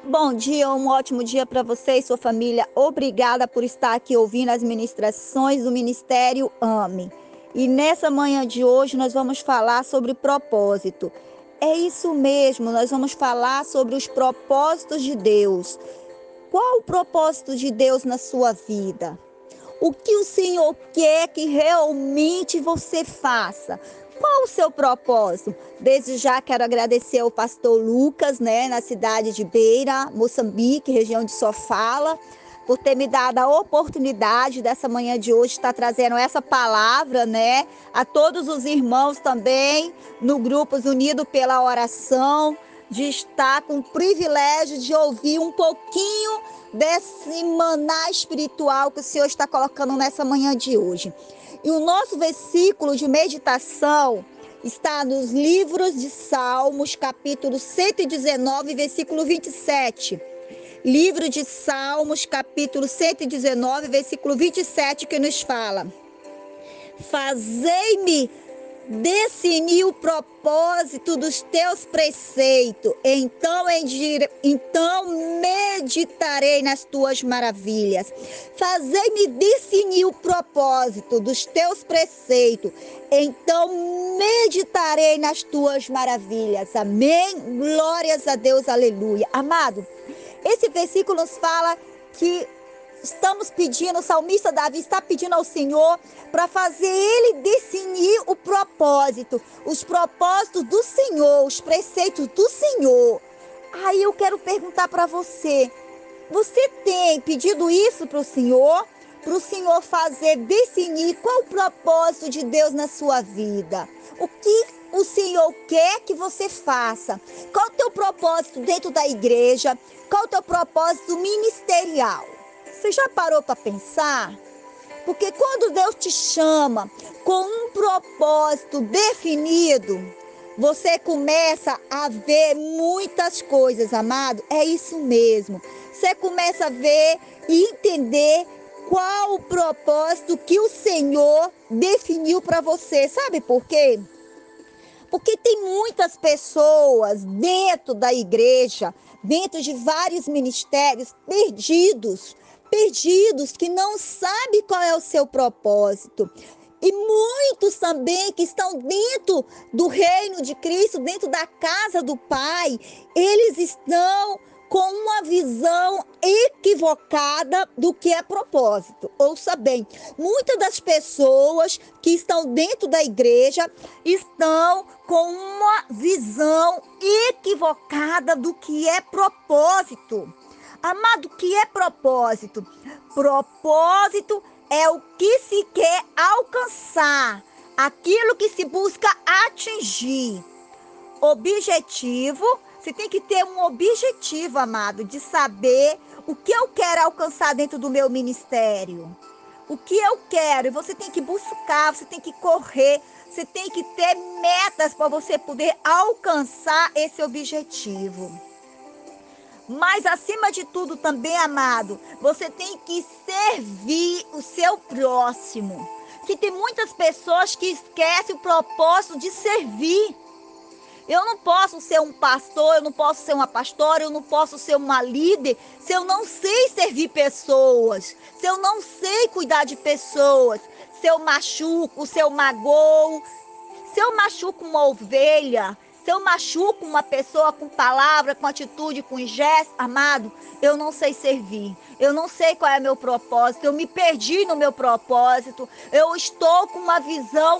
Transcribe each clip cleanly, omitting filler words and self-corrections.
Bom dia, um ótimo dia para você e sua família. Obrigada por estar aqui ouvindo as ministrações do Ministério AME. E nessa manhã de hoje nós vamos falar sobre propósito. É isso mesmo, nós vamos falar sobre os propósitos de Deus. Qual o propósito de Deus na sua vida? O que o Senhor quer que realmente você faça? Qual o seu propósito? Desde já quero agradecer ao pastor Lucas, na cidade de Beira, Moçambique, região de Sofala, por ter me dado a oportunidade dessa manhã de hoje estar trazendo essa palavra, a todos os irmãos também no Grupos Unidos pela Oração, de estar com o privilégio de ouvir um pouquinho desse maná espiritual que o Senhor está colocando nessa manhã de hoje. E o nosso versículo de meditação está nos livros de Salmos, capítulo 119, versículo 27. Livro de Salmos, capítulo 119, versículo 27, que nos fala: Fazei-me definir o propósito dos teus preceitos, então meditarei nas tuas maravilhas. Fazei-me definir o propósito dos teus preceitos, então meditarei nas tuas maravilhas. Amém? Glórias a Deus, aleluia. Amado, esse versículo nos fala que estamos pedindo, o salmista Davi está pedindo ao Senhor para fazer ele definir o propósito, os propósitos do Senhor, os preceitos do Senhor. Aí eu quero perguntar para você, você tem pedido isso para o Senhor fazer, definir qual o propósito de Deus na sua vida? O que o Senhor quer que você faça? Qual o teu propósito dentro da igreja? Qual o teu propósito ministerial? Você já parou para pensar? Porque quando Deus te chama com um propósito definido, você começa a ver muitas coisas, amado. É isso mesmo. Você começa a ver e entender qual o propósito que o Senhor definiu para você. Sabe por quê? Porque tem muitas pessoas dentro da igreja, dentro de vários ministérios, perdidos, que não sabem qual é o seu propósito. E muitos também que estão dentro do reino de Cristo, dentro da casa do Pai, eles estão com uma visão equivocada do que é propósito. Ouça bem, muitas das pessoas que estão dentro da igreja estão com uma visão equivocada do que é propósito. Amado, o que é propósito? Propósito é o que se quer alcançar, aquilo que se busca atingir. Objetivo, você tem que ter um objetivo, amado, de saber o que eu quero alcançar dentro do meu ministério. O que eu quero, e você tem que buscar, você tem que correr, você tem que ter metas para você poder alcançar esse objetivo. Mas acima de tudo também, amado, você tem que servir o seu próximo. Que tem muitas pessoas que esquecem o propósito de servir. Eu não posso ser um pastor, eu não posso ser uma pastora, eu não posso ser uma líder se eu não sei servir pessoas, se eu não sei cuidar de pessoas, se eu machuco, se eu magoo, se eu machuco uma ovelha, se eu machuco uma pessoa com palavra, com atitude, com gesto, amado, eu não sei servir. Eu não sei qual é meu propósito. Eu me perdi no meu propósito. Eu estou com uma visão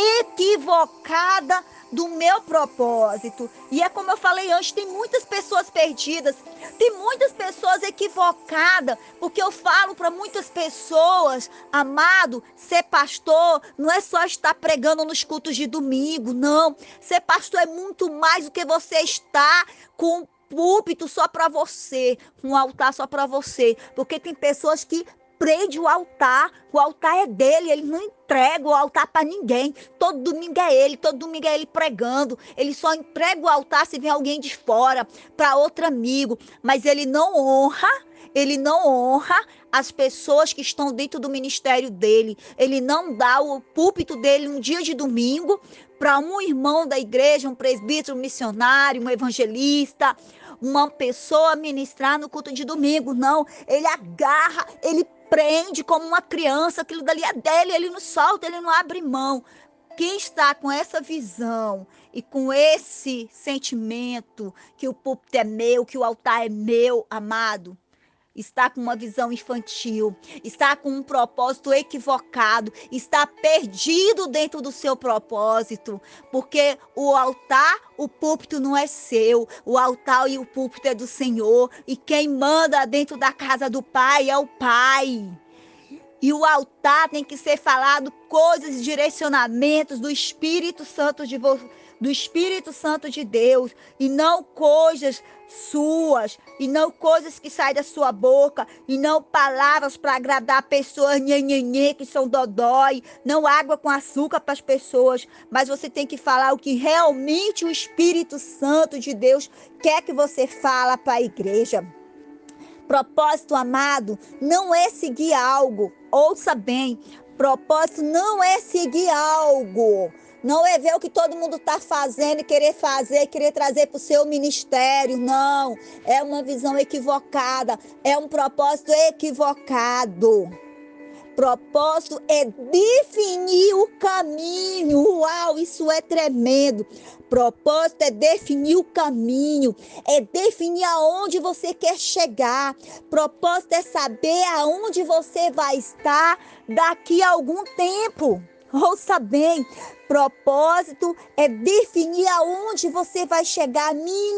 equivocada do meu propósito. E é como eu falei antes, tem muitas pessoas perdidas, tem muitas pessoas equivocadas, porque eu falo para muitas pessoas, amado, ser pastor não é só estar pregando nos cultos de domingo, não. Ser pastor é muito mais do que você estar com um púlpito só para você, um altar só para você, porque tem pessoas que prende o altar é dele, ele não entrega o altar para ninguém, todo domingo é ele pregando, ele só entrega o altar se vem alguém de fora, para outro amigo, mas ele não honra as pessoas que estão dentro do ministério dele, ele não dá o púlpito dele um dia de domingo para um irmão da igreja, um presbítero, um missionário, um evangelista, uma pessoa ministrar no culto de domingo. Não, ele agarra, ele prende como uma criança, aquilo dali é dele, ele não solta, ele não abre mão. Quem está com essa visão e com esse sentimento que o púlpito é meu, que o altar é meu, amado, está com uma visão infantil, está com um propósito equivocado, está perdido dentro do seu propósito, porque o altar, o púlpito não é seu, o altar e o púlpito é do Senhor, e quem manda dentro da casa do Pai é o Pai. E o altar tem que ser falado coisas, direcionamentos do Espírito Santo do Espírito Santo de Deus, e não coisas suas, e não coisas que saem da sua boca, e não palavras para agradar pessoas nhenhenhê, que são dodói, não água com açúcar para as pessoas, mas você tem que falar o que realmente o Espírito Santo de Deus quer que você fale para a igreja. Propósito, amado, não é seguir algo. Ouça bem, propósito não é seguir algo. Não é ver o que todo mundo está fazendo e querer fazer, querer trazer para o seu ministério. Não, é uma visão equivocada, é um propósito equivocado. Propósito é definir o caminho. Uau, isso é tremendo. Propósito é definir o caminho, é definir aonde você quer chegar. Propósito é saber aonde você vai estar daqui a algum tempo. Ouça bem, propósito é definir aonde você vai chegar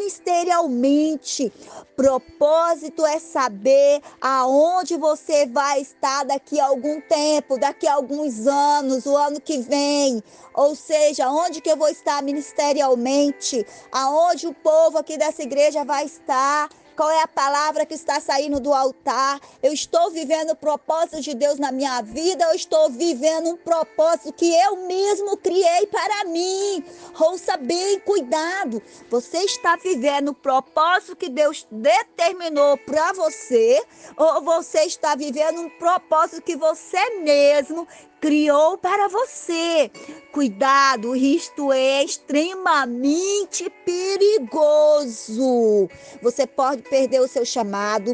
ministerialmente. Propósito é saber aonde você vai estar daqui a algum tempo, daqui a alguns anos, o ano que vem. Ou seja, onde que eu vou estar ministerialmente, aonde o povo aqui dessa igreja vai estar. Qual é a palavra que está saindo do altar? Eu estou vivendo o propósito de Deus na minha vida, eu estou vivendo um propósito que eu mesmo criei para mim. Ouça bem, cuidado. Você está vivendo o propósito que Deus determinou para você, ou você está vivendo um propósito que você mesmo criou para você. Cuidado, isto é extremamente perigoso. Você pode perder o seu chamado,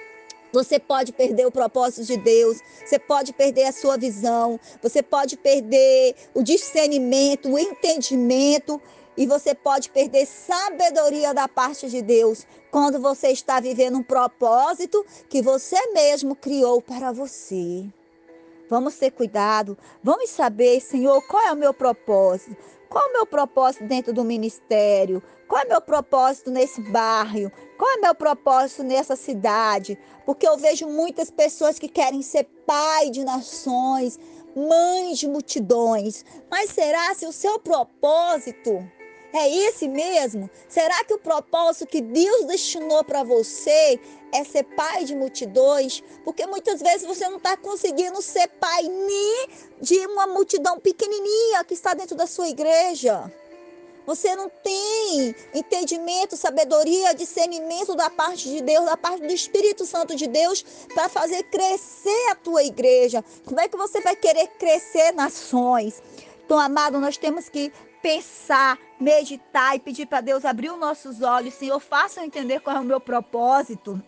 você pode perder o propósito de Deus, você pode perder a sua visão, você pode perder o discernimento, o entendimento, e você pode perder sabedoria da parte de Deus quando você está vivendo um propósito que você mesmo criou para você. Vamos ter cuidado, vamos saber, Senhor, qual é o meu propósito? Qual é o meu propósito dentro do ministério? Qual é o meu propósito nesse bairro? Qual é o meu propósito nessa cidade? Porque eu vejo muitas pessoas que querem ser pai de nações, mãe de multidões. Mas será se o seu propósito é esse mesmo? Será que o propósito que Deus destinou para você é ser pai de multidões? Porque muitas vezes você não está conseguindo ser pai nem de uma multidão pequenininha que está dentro da sua igreja. Você não tem entendimento, sabedoria, discernimento da parte de Deus, da parte do Espírito Santo de Deus para fazer crescer a tua igreja. Como é que você vai querer crescer nações? Então, amado, nós temos que pensar, meditar e pedir para Deus abrir os nossos olhos. Senhor, faça eu entender qual é o meu propósito.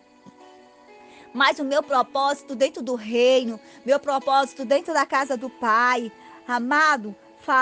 Mas o meu propósito dentro do reino, meu propósito dentro da casa do Pai. Amado,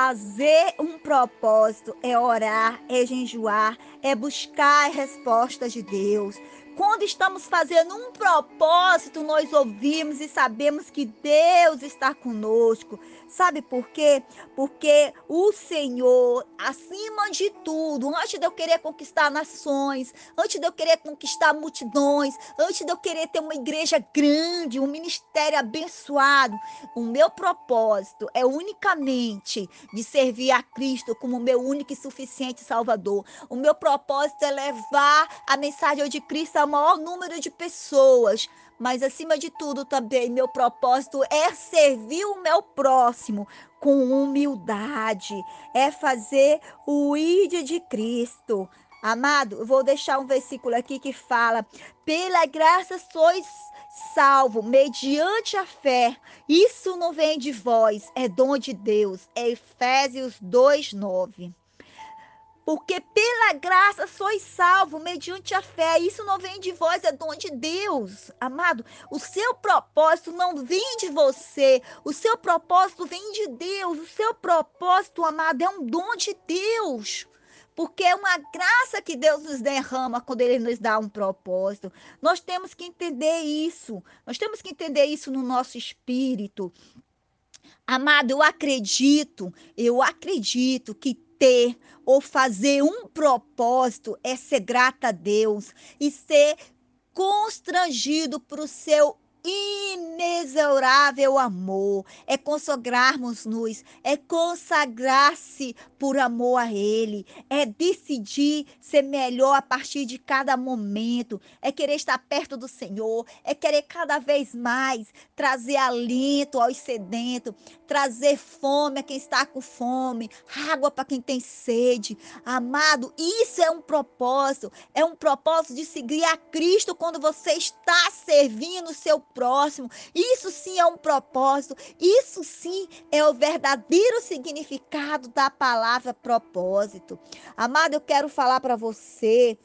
fazer um propósito é orar, é jejuar, é buscar respostas de Deus. Quando estamos fazendo um propósito, nós ouvimos e sabemos que Deus está conosco. Sabe por quê? Porque o Senhor, acima de tudo, antes de eu querer conquistar nações, antes de eu querer conquistar multidões, antes de eu querer ter uma igreja grande, um ministério abençoado, o meu propósito é unicamente de servir a Cristo como meu único e suficiente Salvador. O meu propósito é levar a mensagem de Cristo ao maior número de pessoas. Mas, acima de tudo, também, meu propósito é servir o meu próximo com humildade. É fazer o ID de Cristo. Amado, eu vou deixar um versículo aqui que fala: pela graça salvo mediante a fé. Isso não vem de vós, é dom de Deus. É Efésios 2:9. Porque pela graça sois salvo mediante a fé. Isso não vem de vós, é dom de Deus. Amado, o seu propósito não vem de você. O seu propósito vem de Deus. O seu propósito, amado, é um dom de Deus. Porque é uma graça que Deus nos derrama quando Ele nos dá um propósito. Nós temos que entender isso. Nós temos que entender isso no nosso espírito. Amado, eu acredito que ter ou fazer um propósito é ser grata a Deus e ser constrangido para o seu inexorável amor, é consagrarmos-nos, é consagrar-se por amor a Ele, é decidir ser melhor a partir de cada momento, é querer estar perto do Senhor, é querer cada vez mais trazer alento aos sedentos, trazer fome a quem está com fome, água para quem tem sede. Amado, isso é um propósito de seguir a Cristo quando você está servindo o seu próximo. Isso sim é um propósito, isso sim é o verdadeiro significado da palavra propósito. Amado, eu quero falar para você,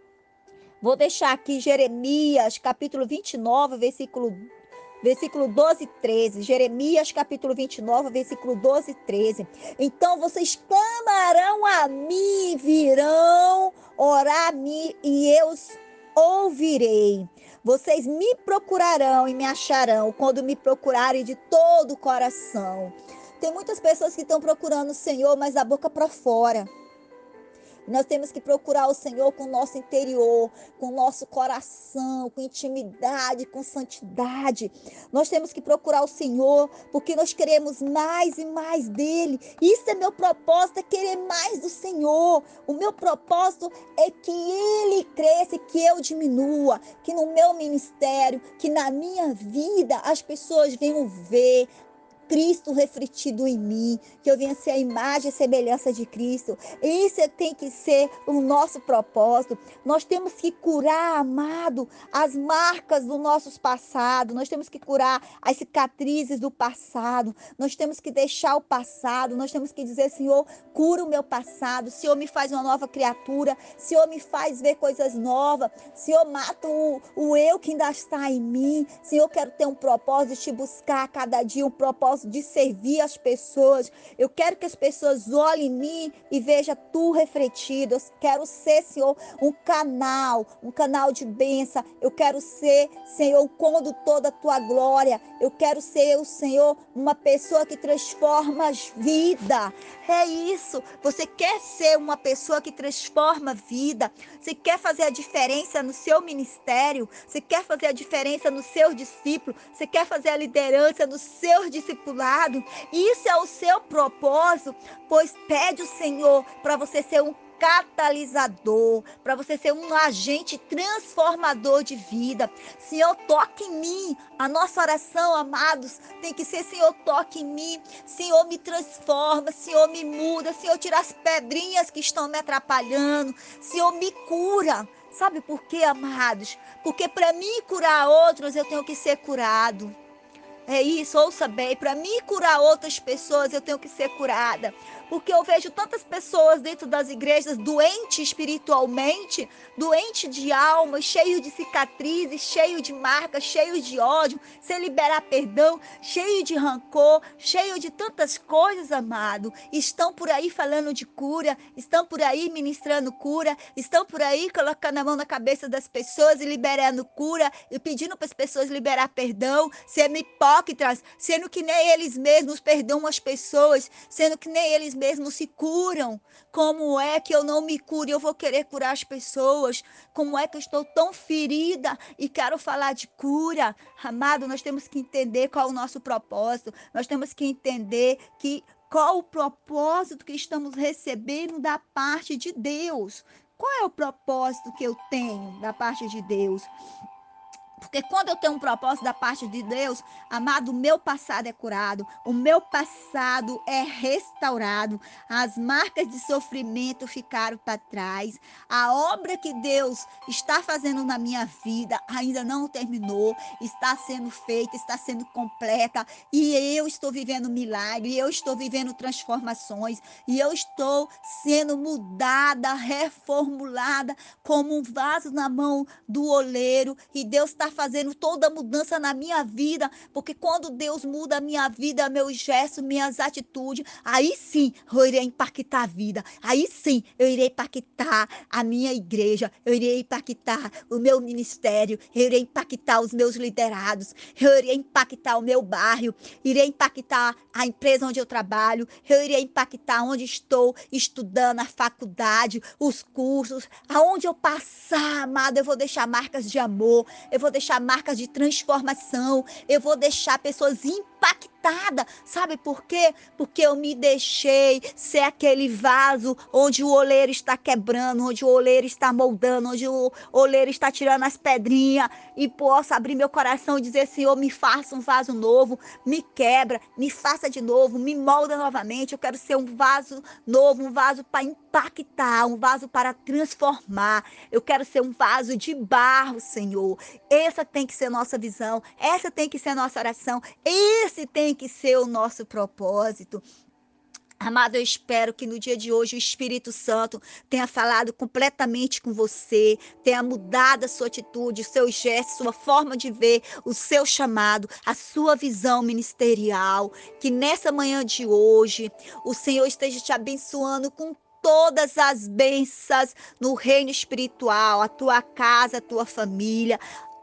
vou deixar aqui Jeremias, capítulo 29, versículo 12 e 13. Jeremias, capítulo 29, versículo 12 e 13. Então vocês clamarão a mim, virão orar a mim e eu os ouvirei. Vocês me procurarão e me acharão quando me procurarem de todo o coração. Tem muitas pessoas que estão procurando o Senhor, mas da boca para fora. Nós temos que procurar o Senhor com o nosso interior, com o nosso coração, com intimidade, com santidade. Nós temos que procurar o Senhor porque nós queremos mais e mais dele. Isso é meu propósito, é querer mais do Senhor. O meu propósito é que ele cresça e que eu diminua, que no meu ministério, que na minha vida as pessoas venham ver Cristo refletido em mim, que eu venha ser a imagem e semelhança de Cristo. Isso tem que ser o nosso propósito. Nós temos que curar, amado, as marcas do nosso passado. Nós temos que curar as cicatrizes do passado. Nós temos que deixar o passado. Nós temos que dizer, Senhor, cura o meu passado. Senhor, me faz uma nova criatura. Senhor, me faz ver coisas novas. Senhor, mata o eu que ainda está em mim. Senhor, eu quero ter um propósito de te buscar a cada dia, um propósito de servir as pessoas. Eu quero que as pessoas olhem em mim e vejam tu refletido. Eu quero ser, Senhor, um canal de bênção. Eu quero ser, Senhor, um condutor da tua glória. Eu quero ser, o Senhor, uma pessoa que transforma as vidas. É isso. Você quer ser uma pessoa que transforma a vida. Você quer fazer a diferença no seu ministério. Você quer fazer a diferença no seu discípulo. Você quer fazer a liderança no seu discipulado. Isso é o seu propósito, pois pede o Senhor para você ser um catalisador, para você ser um agente transformador de vida. Senhor, toque em mim. A nossa oração, amados, tem que ser: Senhor, toque em mim. Senhor, me transforma. Senhor, me muda. Senhor, tira as pedrinhas que estão me atrapalhando. Senhor, me cura. Sabe por quê, amados? Porque para mim curar outros, eu tenho que ser curado. É isso, ouça bem, para mim curar outras pessoas, eu tenho que ser curada. Porque eu vejo tantas pessoas dentro das igrejas doentes espiritualmente, doentes de alma, cheio de cicatrizes, cheio de marcas, cheio de ódio, sem liberar perdão, cheio de rancor, cheio de tantas coisas, amado. Estão por aí falando de cura, estão por aí ministrando cura, estão por aí colocando a mão na cabeça das pessoas e liberando cura e pedindo para as pessoas liberar perdão, sendo hipócritas, sendo que nem eles mesmos perdoam as pessoas, sendo que nem eles mesmos se curam. Como é que eu não me curo e eu vou querer curar as pessoas? Como é que eu estou tão ferida e quero falar de cura? Amado, nós temos que entender qual é o nosso propósito. Nós temos que entender qual o propósito que estamos recebendo da parte de Deus. Qual é o propósito que eu tenho da parte de Deus? Porque quando eu tenho um propósito da parte de Deus, amado, o meu passado é curado, o meu passado é restaurado, as marcas de sofrimento ficaram para trás, a obra que Deus está fazendo na minha vida ainda não terminou, está sendo feita, está sendo completa, e eu estou vivendo milagre, eu estou vivendo transformações, e eu estou sendo mudada, reformulada, como um vaso na mão do oleiro, e Deus está fazendo toda a mudança na minha vida, porque quando Deus muda a minha vida, meus gestos, minhas atitudes, aí sim eu irei impactar a vida, aí sim eu irei impactar a minha igreja, eu irei impactar o meu ministério, eu irei impactar os meus liderados, eu irei impactar o meu bairro, irei impactar a empresa onde eu trabalho, eu irei impactar onde estou estudando, a faculdade, os cursos, aonde eu passar, amado, eu vou deixar marcas de amor, eu vou deixar marcas de transformação, eu vou deixar pessoas impactadas, sabe por quê? Porque eu me deixei ser aquele vaso onde o oleiro está quebrando, onde o oleiro está moldando, onde o oleiro está tirando as pedrinhas, e posso abrir meu coração e dizer: Senhor, me faça um vaso novo, me quebra, me faça de novo, me molda novamente. Eu quero ser um vaso novo, um vaso para impactar, um vaso para transformar. Eu quero ser um vaso de barro, Senhor. Essa tem que ser nossa visão, essa tem que ser nossa oração, esse tem que ser o nosso propósito. Amado, eu espero que no dia de hoje o Espírito Santo tenha falado completamente com você, tenha mudado a sua atitude, o seu gesto, sua forma de ver, o seu chamado, a sua visão ministerial. Que nessa manhã de hoje o Senhor esteja te abençoando com todas as bênçãos no reino espiritual, a tua casa, a tua família.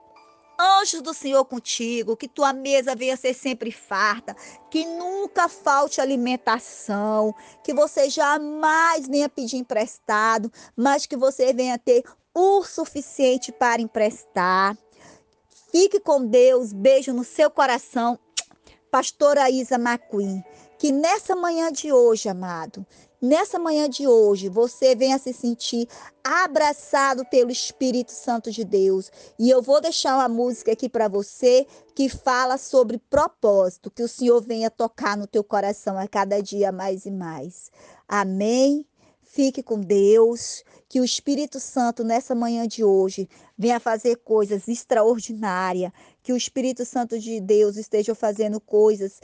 Anjos do Senhor contigo, que tua mesa venha ser sempre farta, que nunca falte alimentação, que você jamais venha pedir emprestado, mas que você venha ter o suficiente para emprestar. Fique com Deus, beijo no seu coração. Pastora Isa McQueen, que nessa manhã de hoje, amado, nessa manhã de hoje, você venha se sentir abraçado pelo Espírito Santo de Deus. E eu vou deixar uma música aqui para você que fala sobre propósito, que o Senhor venha tocar no teu coração a cada dia mais e mais. Amém? Fique com Deus, que o Espírito Santo nessa manhã de hoje venha fazer coisas extraordinárias, que o Espírito Santo de Deus esteja fazendo coisas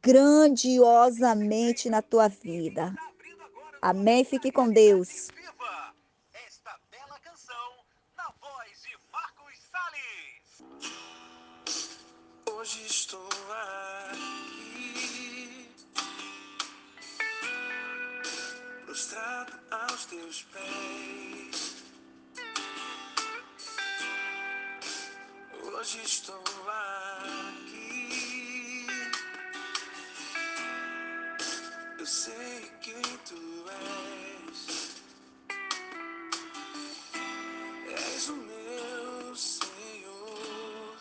grandiosamente na tua vida. Amém? Fique com Deus. Esta bela canção na voz de Marcos Salles. Hoje estou aqui, prostrado aos teus pés. Hoje estou aqui, eu sei quem tu és. És o meu Senhor,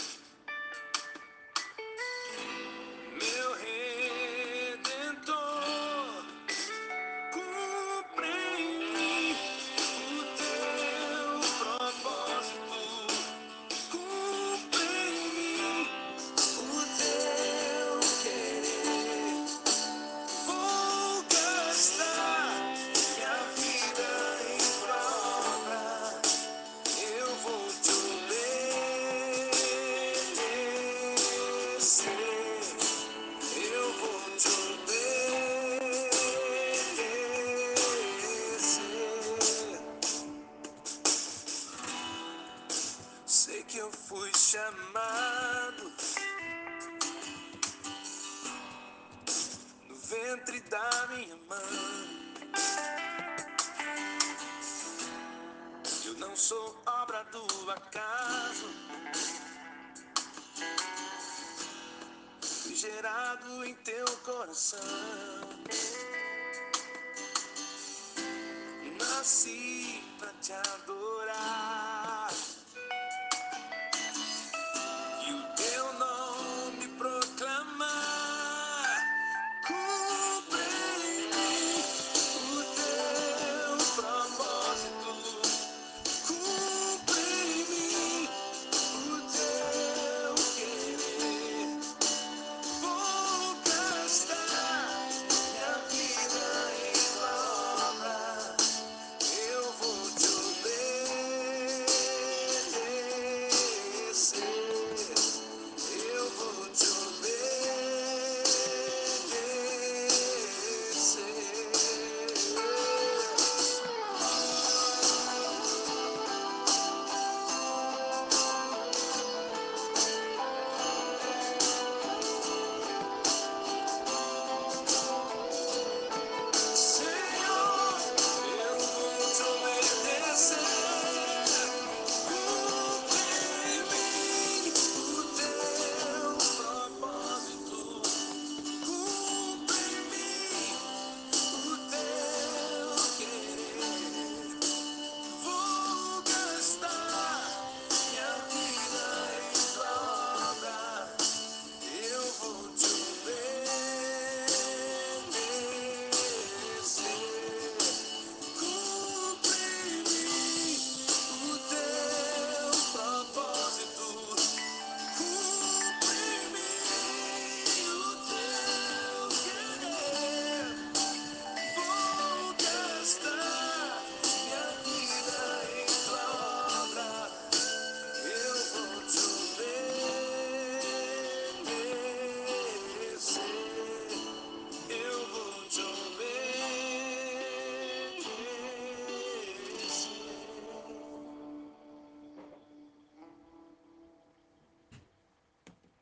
meu Redentor. Cumpre em mim o teu propósito. Cumpre em mim o teu querer. Vou gastar minha vida em prova. Eu vou te obedecer. Eu vou te obedecer. Sei que eu fui chamado no ventre da minha mãe. Eu não sou obra do acaso, fui gerado em teu coração. Nasci pra te adorar.